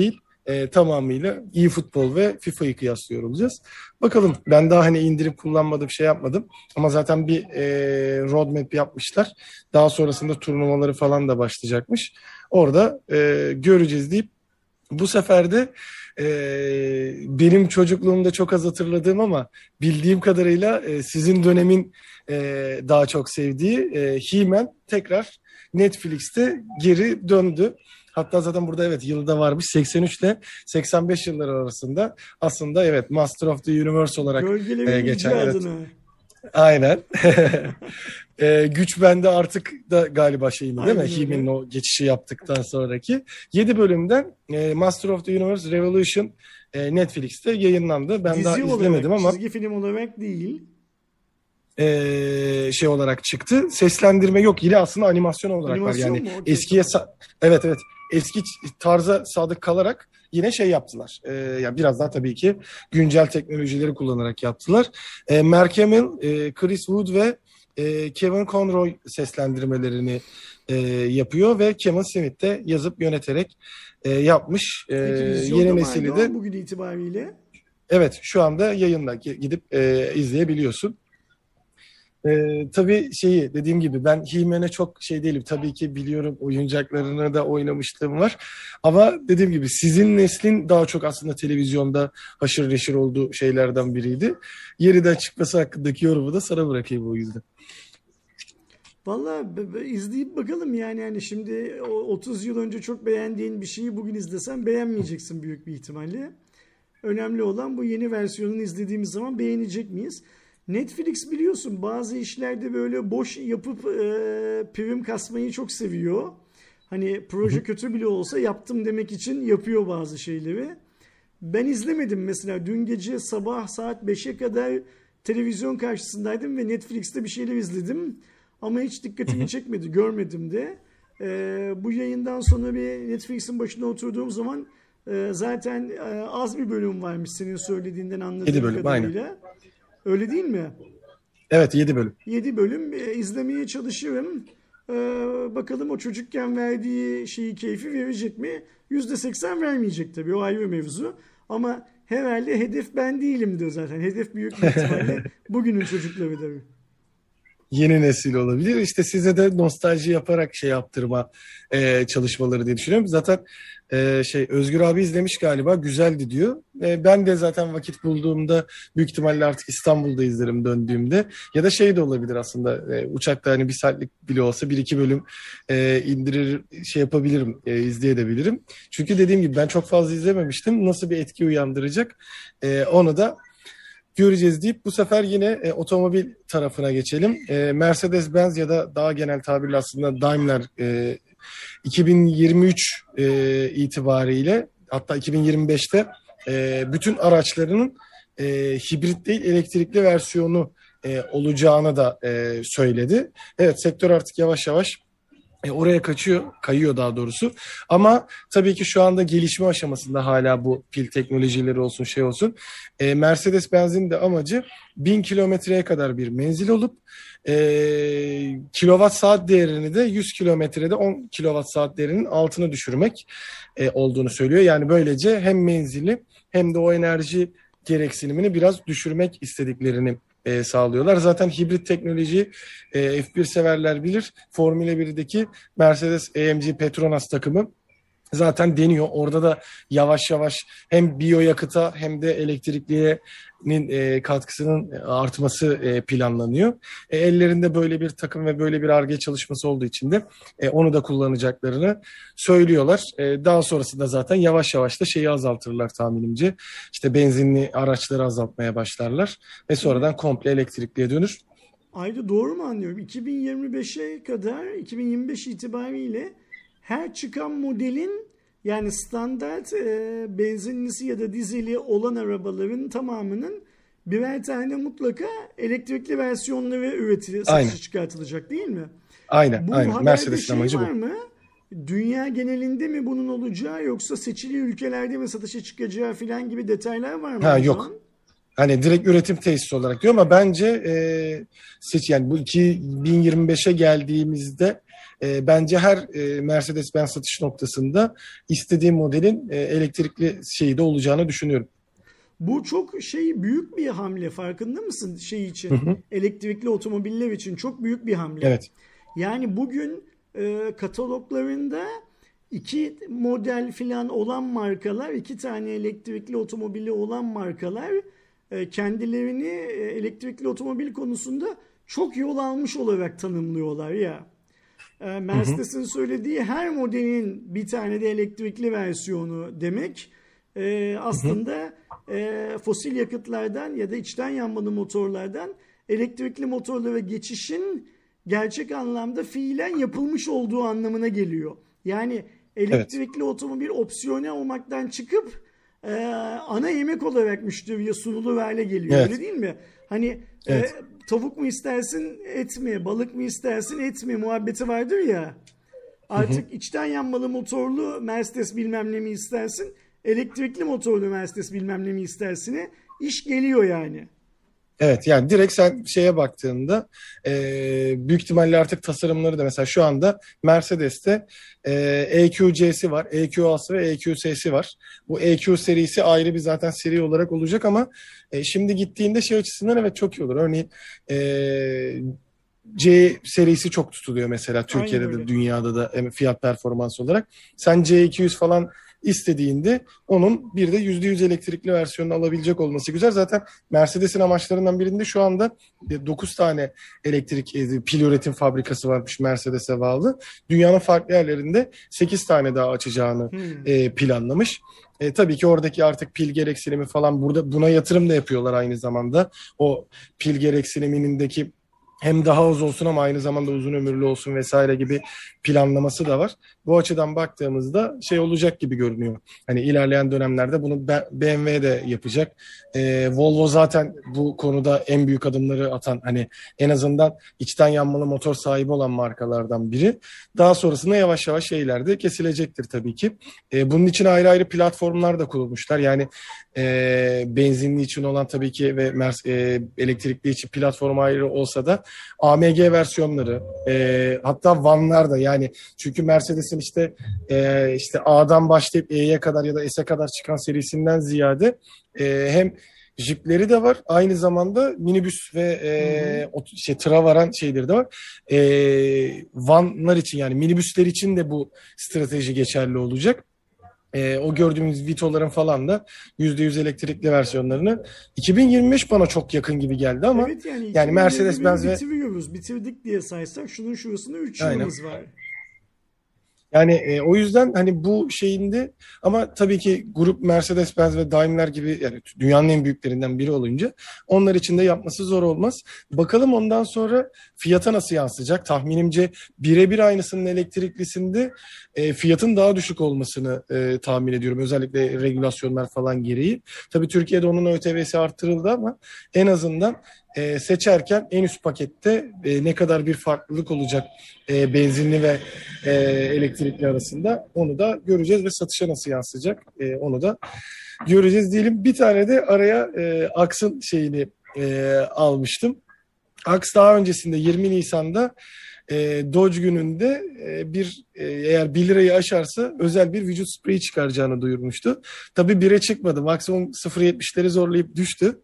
e, tamamıyla eFootball ve FIFA'yı kıyaslıyor olacağız. Bakalım, ben daha hani indirip kullanmadım, şey yapmadım. Ama zaten bir e, roadmap yapmışlar. Daha sonrasında turnuvaları falan da başlayacakmış. Orada e, göreceğiz deyip bu sefer de e, benim çocukluğumda çok az hatırladığım ama bildiğim kadarıyla e, sizin dönemin e, daha çok sevdiği e, He-Man tekrar Netflix'te geri döndü. Hatta zaten burada evet yılı da varmış, seksen üç ile seksen beş yılları arasında aslında evet Master of the Universe olarak e, Gölgelerin geçen, evet, icadını. aynen. E, güç bende artık da galiba şey mi, değil mi? Aynen öyle. He-Man'in o geçişi yaptıktan sonraki yedi bölümden e, Master of the Universe Revolution e, Netflix'te yayınlandı. Ben daha Dizi izlemedim olarak, ama çizgi film olarak değil. e, şey olarak çıktı. Seslendirme yok. Yine aslında animasyon olarak Animasyon var. Yani mu? Okey, eskiye tamam. sa- evet evet eski tarza sadık kalarak yine şey yaptılar. E, yani biraz daha tabii ki güncel teknolojileri kullanarak yaptılar. E, Mark Hamill, e, Chris Wood ve e, Kevin Conroy seslendirmelerini e, yapıyor ve Kevin Smith de yazıp yöneterek e, yapmış. E, Peki vizyonda yeni mı nesili Aydoğan de bugün itibariyle? evet şu anda yayında gidip e, izleyebiliyorsun. Ee, tabii şeyi dediğim gibi ben He-Man'e çok şey değilim. Tabii ki biliyorum, oyuncaklarını da oynamışlığım var. Ama dediğim gibi sizin neslin daha çok aslında televizyonda haşır neşir olduğu şeylerden biriydi. Yeniden çıkması hakkındaki yorumu da sana bırakayım o yüzden. Valla be- be- izleyip bakalım yani yani şimdi o otuz yıl önce çok beğendiğin bir şeyi bugün izlesen beğenmeyeceksin büyük bir ihtimalle. Önemli olan bu yeni versiyonunu izlediğimiz zaman beğenecek miyiz? Netflix biliyorsun bazı işlerde böyle boş yapıp e, prim kasmayı çok seviyor. Hani proje kötü bile olsa yaptım demek için yapıyor bazı şeyleri. Ben izlemedim mesela. Dün gece sabah saat beşe kadar televizyon karşısındaydım ve Netflix'te bir şeyler izledim. Ama hiç dikkatimi çekmedi, görmedim de. Ee, bu yayından sonra bir Netflix'in başına oturduğum zaman e, zaten e, az bir bölüm varmış senin söylediğinden anladığım Yedi bölüm aynen. kadarıyla. Öyle değil mi? Evet, yedi bölüm. Yedi bölüm e, izlemeye çalışıyorum. Ee, bakalım o çocukken verdiği şeyi keyfi verecek mi? yüzde seksen vermeyecek tabii, o ayrı mevzu. Ama herhalde hedef ben değilimdir zaten. Hedef büyük bir ihtimalle bugünün çocukları tabii. Yeni nesil olabilir. İşte size de nostalji yaparak şey yaptırma e, çalışmaları diye düşünüyorum. Zaten e, şey Özgür abi izlemiş galiba, güzeldi diyor. E, ben de zaten vakit bulduğumda büyük ihtimalle artık İstanbul'da izlerim döndüğümde. Ya da şey de olabilir aslında, e, uçakta hani bir saatlik bile olsa bir iki bölüm e, indirir şey yapabilirim, e, izleyebilirim. Çünkü dediğim gibi ben çok fazla izlememiştim. Nasıl bir etki uyandıracak e, onu da göreceğiz deyip bu sefer yine e, otomobil tarafına geçelim. E, Mercedes-Benz ya da daha genel tabirle aslında Daimler e, iki bin yirmi üç e, itibariyle, hatta iki bin yirmi beşte e, bütün araçlarının e, hibrit değil elektrikli versiyonu e, olacağını da e, söyledi. Evet, sektör artık yavaş yavaş E, oraya kaçıyor, kayıyor daha doğrusu. Ama tabii ki şu anda gelişme aşamasında hala bu pil teknolojileri olsun, şey olsun. E, Mercedes-Benz'in de amacı bin kilometreye kadar bir menzil olup e, kilowatt saat değerini de yüz kilometrede on kilowatt saat değerinin altına düşürmek e, olduğunu söylüyor. Yani böylece hem menzili hem de o enerji gereksinimini biraz düşürmek istediklerini e, sağlıyorlar. Zaten hibrit teknoloji e, F bir severler bilir. Formula birdeki Mercedes A M G Petronas takımı zaten deniyor. Orada da yavaş yavaş hem biyoyakıta hem de elektrikliğinin e, katkısının artması e, planlanıyor. E, ellerinde böyle bir takım ve böyle bir Ar-Ge çalışması olduğu için de e, onu da kullanacaklarını söylüyorlar. E, daha sonrasında zaten yavaş yavaş da şeyi azaltırlar tahminimce. İşte benzinli araçları azaltmaya başlarlar ve sonradan komple elektrikliye dönür. Ayda doğru mu anlıyorum? iki bin yirmi beşe kadar, iki bin yirmi beş itibariyle her çıkan modelin yani standart e, benzinlisi ya da dizeli olan arabaların tamamının birer tane mutlaka elektrikli versiyonları üretilir, Aynen. satışa çıkartılacak değil mi? Aynen, Bu aynen. haberde Mercedes'in şey amacı var bu. mı? Dünya genelinde mi bunun olacağı yoksa seçili ülkelerde mi satışa çıkacağı falan gibi detaylar var mı? Ha, o yok. zaman? Hani direkt üretim tesisi olarak diyor ama bence e, seç yani bu iki bin yirmi beşe geldiğimizde e, bence her e, Mercedes-Benz satış noktasında istediği modelin e, elektrikli şeyi de olacağını düşünüyorum. Bu çok şey büyük bir hamle, farkında mısın şey için? Hı hı. Elektrikli otomobiller için çok büyük bir hamle. Evet. Yani bugün e, kataloglarında iki model falan olan markalar, iki tane elektrikli otomobili olan markalar e, kendilerini e, elektrikli otomobil konusunda çok yol almış olarak tanımlıyorlar ya. E, Hı hı. Mercedes'in söylediği her modelin bir tane de elektrikli versiyonu demek e, Hı hı. aslında e, fosil yakıtlardan ya da içten yanmalı motorlardan elektrikli motorlara geçişin gerçek anlamda fiilen yapılmış olduğu anlamına geliyor. Yani Evet. elektrikli otomobil opsiyonel olmaktan çıkıp e, ana yemek olarak müşteriye sunulur hale geliyor. Öyle Evet. değil mi? Hani e, Evet. tavuk mu istersin et mi, balık mı istersin et mi muhabbeti vardır ya. Hı hı. Artık içten yanmalı motorlu Mercedes bilmem ne mi istersin, elektrikli motorlu Mercedes bilmem ne mi istersine iş geliyor yani. Evet, yani direkt sen şeye baktığında e, büyük ihtimalle artık tasarımları da mesela şu anda Mercedes'te e, E Q C'si var, E Q A'sı ve E Q S'si var. Bu E Q serisi ayrı bir zaten seri olarak olacak ama e, şimdi gittiğinde şey açısından evet çok iyi olur. Örneğin e, C serisi çok tutuluyor mesela Aynen Türkiye'de de öyle. dünyada da em, fiyat performans olarak. Sen C iki yüz falan istediğinde onun bir de yüzde yüz elektrikli versiyonunu alabilecek olması güzel. Zaten Mercedes'in amaçlarından birinde şu anda dokuz tane elektrik e, pil üretim fabrikası varmış Mercedes'e bağlı. Dünyanın farklı yerlerinde sekiz tane daha açacağını Hmm. e, planlamış. E, tabii ki oradaki artık pil gereksinimi falan burada buna yatırım da yapıyorlar aynı zamanda. O pil gereksiniminindeki hem daha az olsun ama aynı zamanda uzun ömürlü olsun vesaire gibi planlaması da var. Bu açıdan baktığımızda şey olacak gibi görünüyor. Hani ilerleyen dönemlerde bunu B M W de yapacak. Ee, Volvo zaten bu konuda en büyük adımları atan hani en azından içten yanmalı motor sahibi olan markalardan biri. Daha sonrasında yavaş yavaş şeyler de kesilecektir tabii ki. Ee, bunun için ayrı ayrı platformlar da kurulmuşlar. Yani e, benzinli için olan tabii ki ve e, elektrikli için platform ayrı olsa da A M G versiyonları e, hatta vanlar da yani çünkü Mercedes'in işte e, işte A'dan başlayıp E'ye kadar ya da S'e kadar çıkan serisinden ziyade e, hem jipleri de var aynı zamanda minibüs ve e, Hı hı. o, şey tıra varan şeyleri de var. E, vanlar için yani minibüsler için de bu strateji geçerli olacak. E, o gördüğümüz Vito'ların falan da yüzde yüz elektrikli versiyonlarını iki bin yirmi beş bana çok yakın gibi geldi ama Evet yani yani iki bin yirmi biri Mercedes-Benz ve bitiriyoruz. Bitirdik diye saysak şunun şurasında üç aynen. yılımız var. Yani e, o yüzden hani bu şeyinde ama tabii ki grup Mercedes-Benz ve Daimler gibi yani dünyanın en büyüklerinden biri olunca onlar için de yapması zor olmaz. Bakalım ondan sonra fiyata nasıl yansıyacak? Tahminimce birebir aynısının elektriklisinde e, fiyatın daha düşük olmasını e, tahmin ediyorum. Özellikle regülasyonlar falan gereği. Tabii Türkiye'de onun Ö T V'si arttırıldı ama en azından e, seçerken en üst pakette e, ne kadar bir farklılık olacak e, benzinli ve e, elektrikli arasında onu da göreceğiz ve satışa nasıl yansıyacak e, onu da göreceğiz diyelim. Bir tane de araya e, Aks'ın şeyini e, almıştım. Aks daha öncesinde yirmi Nisan'da e, Dodge gününde e, bir e, eğer bir lirayı aşarsa özel bir vücut spreyi çıkaracağını duyurmuştu. Tabii bire çıkmadı. Maksimum sıfır virgül yetmişleri zorlayıp düştü.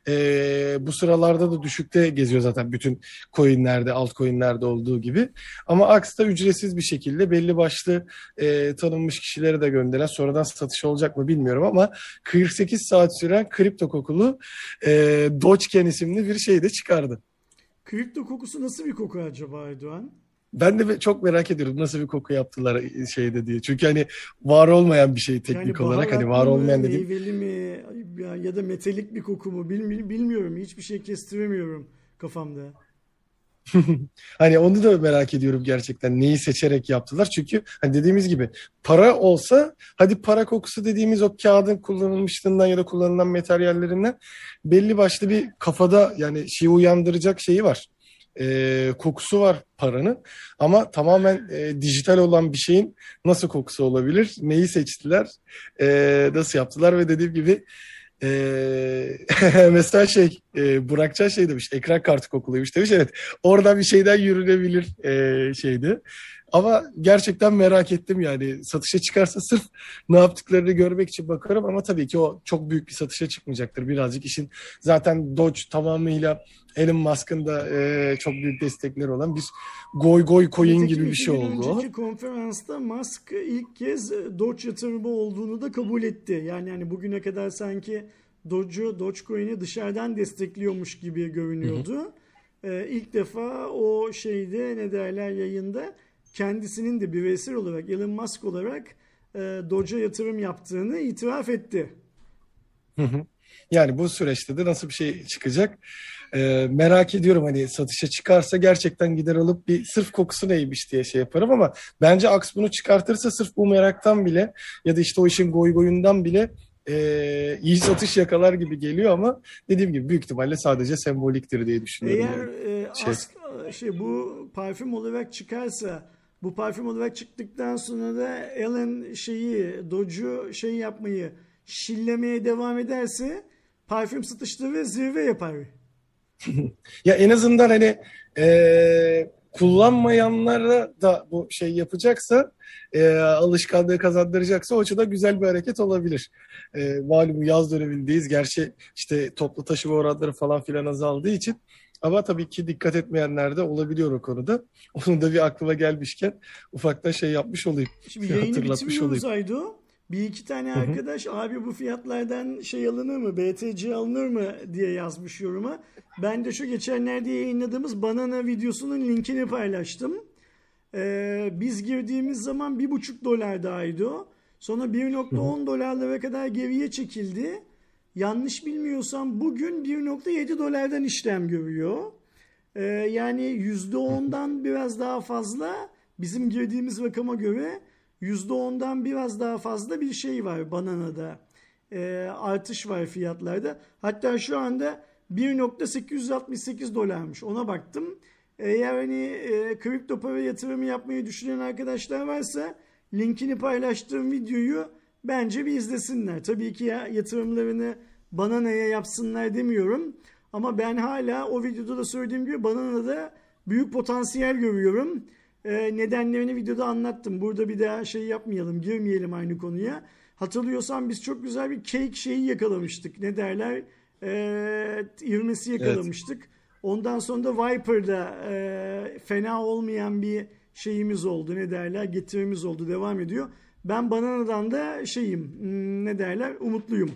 E, bu sıralarda da düşükte geziyor zaten bütün coinlerde, altcoinlerde olduğu gibi. Ama Aks'ta ücretsiz bir şekilde belli başlı e, tanınmış kişilere de gönderen sonradan satış olacak mı bilmiyorum ama kırk sekiz saat süren kripto kokulu e, Dogecoin isimli bir şey de çıkardı. Kripto kokusu nasıl bir koku acaba Erdoğan? Ben de çok merak ediyorum nasıl bir koku yaptılar şeyde diye. Çünkü hani var olmayan bir şey teknik Yani olarak. Hani baharatlı var mı, olmayan dediğim. meyveli mi ya, ya da metalik bir koku mu Bil- bilmiyorum. Hiçbir şey kestiremiyorum kafamda. Hani onu da merak ediyorum gerçekten. Neyi seçerek yaptılar? Çünkü hani dediğimiz gibi para olsa hadi para kokusu dediğimiz o kağıdın kullanılmışlığından ya da kullanılan materyallerinden belli başlı bir kafada yani şey uyandıracak şeyi var. Ee, kokusu var paranın ama tamamen e, dijital olan bir şeyin nasıl kokusu olabilir? Neyi seçtiler? Ee, nasıl yaptılar ve dediğim gibi e, mesela şey e, Burakcan şey demiş, ekran kartı kokuluymuş demiş. Evet, oradan bir şeyden yürünebilir e, şeydi. Ama gerçekten merak ettim yani satışa çıkarsa sırf ne yaptıklarını görmek için bakarım ama tabii ki o çok büyük bir satışa çıkmayacaktır. Birazcık işin zaten Doge tamamıyla Elon Musk'ın da e, çok büyük destekleri olan bir goy goy coin Nitekim gibi bir iki şey gün oldu o. önceki konferansta Musk ilk kez Doge yatırımı olduğunu da kabul etti. Yani hani bugüne kadar sanki Doge'u, Dogecoin'i dışarıdan destekliyormuş gibi görünüyordu. Ee, ilk defa o şeyde ne derler yayında kendisinin de bireysel olarak Elon Musk olarak e, Doge'a yatırım yaptığını itiraf etti. Hı hı. Yani bu süreçte de nasıl bir şey çıkacak? Ee, merak ediyorum hani satışa çıkarsa gerçekten gider alıp bir sırf kokusu neymiş diye şey yaparım ama bence Aks bunu çıkartırsa sırf bu meraktan bile ya da işte o işin goy goyundan bile e, iyi satış yakalar gibi geliyor ama dediğim gibi büyük ihtimalle sadece semboliktir diye düşünüyorum Eğer yani. e, Şey. ask şey bu parfüm olarak çıkarsa bu parfüm olarak çıktıktan sonra da Alan şeyi Doge'u şey yapmayı şillemeye devam ederse parfüm satışları zirve yapar. Ya en azından hani e, kullanmayanlara da bu şey yapacaksa e, alışkanlığı kazandıracaksa o açıdan güzel bir hareket olabilir. E, malum yaz dönemindeyiz. Gerçi işte toplu taşıma oranları falan filan azaldığı için ama tabii ki dikkat etmeyenler de olabiliyor o konuda. Onun da bir aklıma gelmişken ufaktan şey yapmış olayım. Şimdi yayını Hatırlatmış bitiriyoruz olayım. Aydo. Bir iki tane Hı hı. arkadaş abi bu fiyatlardan şey alınır mı, B T C alınır mı diye yazmış yoruma. Ben de şu geçenlerde yayınladığımız Banana videosunun linkini paylaştım. Ee, biz girdiğimiz zaman bir buçuk dolardaydı o. Sonra bir Hı nokta hı. on dolarlara kadar geriye çekildi. Yanlış bilmiyorsam bugün bir nokta yedi dolardan işlem görüyor. Ee, yani yüzde ondan biraz daha fazla bizim girdiğimiz rakama göre yüzde ondan biraz daha fazla bir şey var Banana'da. Ee, artış var fiyatlarda. Hatta şu anda bir nokta sekiz yüz altmış sekiz dolarmış. Ona baktım. Eğer hani e, kripto para yatırımı yapmayı düşünen arkadaşlar varsa linkini paylaştığım videoyu bence bir izlesinler. Tabii ki ya, yatırımlarını Banana'ya yapsınlar demiyorum. Ama ben hala o videoda da söylediğim gibi Banana'da büyük potansiyel görüyorum. Ee, nedenlerini videoda anlattım. Burada bir daha şey yapmayalım, girmeyelim aynı konuya. Hatırlıyorsan biz çok güzel bir cake şeyi yakalamıştık. Ne derler? Ee, ivmesi yakalamıştık. Evet. Ondan sonra da Viper'da e, fena olmayan bir şeyimiz oldu. Ne derler? Getirimiz oldu. Devam ediyor. Ben Banana'dan da şeyim, hmm, ne derler? Umutluyum.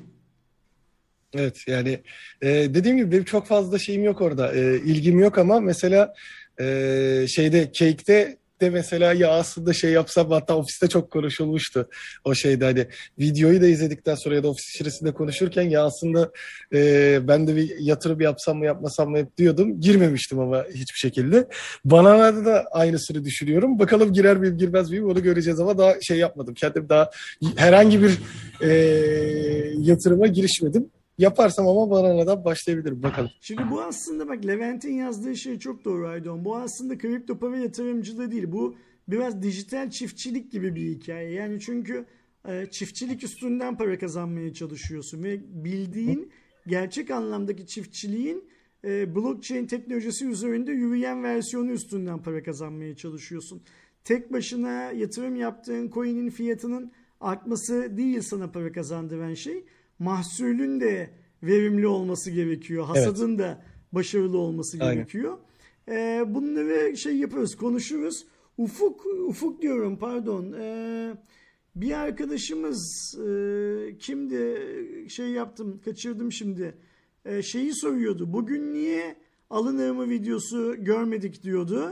Evet yani e, dediğim gibi benim çok fazla şeyim yok orada. E, ilgim yok ama mesela e, şeyde Cake'de de mesela ya aslında şey yapsam hatta ofiste çok konuşulmuştu o şeyde hani videoyu da izledikten sonra ya da ofis içerisinde konuşurken ya aslında e, ben de bir yatırım yapsam mı yapmasam mı hep diyordum. Girmemiştim ama hiçbir şekilde. Banana'da da aynısını düşünüyorum. Bakalım girer miyim girmez miyim onu göreceğiz ama daha şey yapmadım. Kendim daha herhangi bir e, yatırıma girişmedim. Yaparsam ama Banana'dan başlayabilirim bakalım. Şimdi bu aslında bak Levent'in yazdığı şey çok doğru Aydon. Bu aslında kripto para yatırımcılığı değil. Bu biraz dijital çiftçilik gibi bir hikaye. Yani çünkü e, çiftçilik üstünden para kazanmaya çalışıyorsun ve bildiğin gerçek anlamdaki çiftçiliğin e, blockchain teknolojisi üzerinde yürüyen versiyonu üstünden para kazanmaya çalışıyorsun. Tek başına yatırım yaptığın coin'in fiyatının artması değil sana para kazandıran şey. Mahsulün de verimli olması gerekiyor. Hasadın evet. da başarılı olması Aynen. gerekiyor. Ee, bunları şey yapıyoruz, konuşuruz. Ufuk, Ufuk diyorum pardon. Ee, bir arkadaşımız e, kimdi şey yaptım, kaçırdım şimdi. Ee, şeyi soruyordu. Bugün niye alınır mı videosu görmedik diyordu.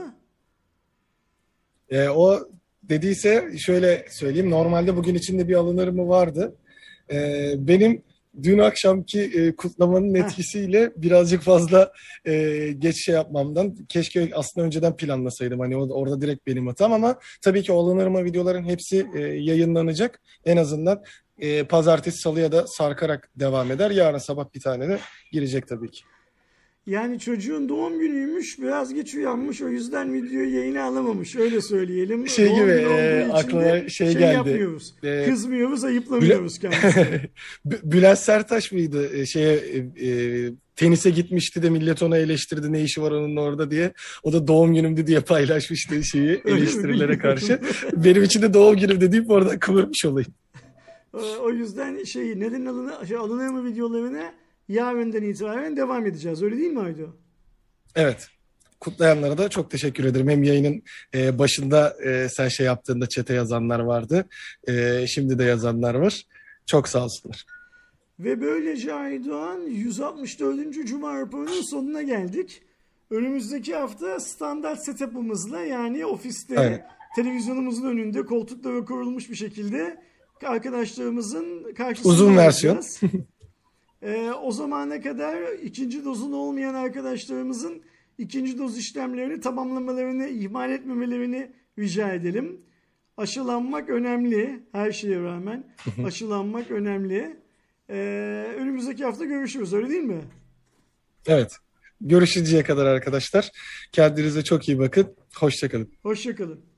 Ee, o dediyse şöyle söyleyeyim. Normalde bugün içinde bir alınır mı vardı. Ee, benim dün akşamki e, kutlamanın etkisiyle birazcık fazla e, geç şey yapmamdan keşke aslında önceden planlasaydım. Hani orada direkt benim hatam ama tabii ki o alınırma videoların hepsi e, yayınlanacak. En azından e, pazartesi salıya da sarkarak devam eder. Yarın sabah bir tane de girecek tabii ki. Yani çocuğun doğum günüymüş, biraz geç uyanmış, o yüzden videoyu yayına alamamış. Öyle söyleyelim. Şey Doğum gibi günü olduğu e, için aklıma de şey, şey geldi. yapmıyoruz. E, Kızmıyoruz, Bülent, ayıplamıyoruz kendisini. B- Bülent Serttaş mıydı? E, Şeye e, e, tenise gitmişti de millet ona eleştirdi, ne işi var onun orada diye. O da doğum günümdü diye paylaşmıştı şeyi Öyle mi? eleştirilere karşı. Bilmiyorum. Benim için de doğum günümdü deyip oradan kıvırmış olayım. Ee, O yüzden şey neden alını, şey, alınır mı videolarına yarından itibaren devam edeceğiz. Öyle değil mi Aydo? Evet. Kutlayanlara da çok teşekkür ederim. Hem yayının e, başında e, sen şey yaptığında çete yazanlar vardı. E, şimdi de yazanlar var. Çok sağ olsunlar. Ve böylece Aydoğan yüz altmış dördüncü Cuma raporunun sonuna geldik. Önümüzdeki hafta standart setup'ımızla, yani ofiste Aynen. televizyonumuzun önünde koltuklara kurulmuş bir şekilde arkadaşlarımızın karşısında Uzun versiyon. olacağız. Ee, o zamana kadar ikinci dozun olmayan arkadaşlarımızın ikinci doz işlemlerini tamamlamalarını, ihmal etmemelerini rica edelim. Aşılanmak önemli, her şeye rağmen aşılanmak önemli. Ee, önümüzdeki hafta görüşürüz, öyle değil mi? Evet. Görüşünceye kadar arkadaşlar. Kendinize çok iyi bakın. Hoşça kalın. Hoşça kalın.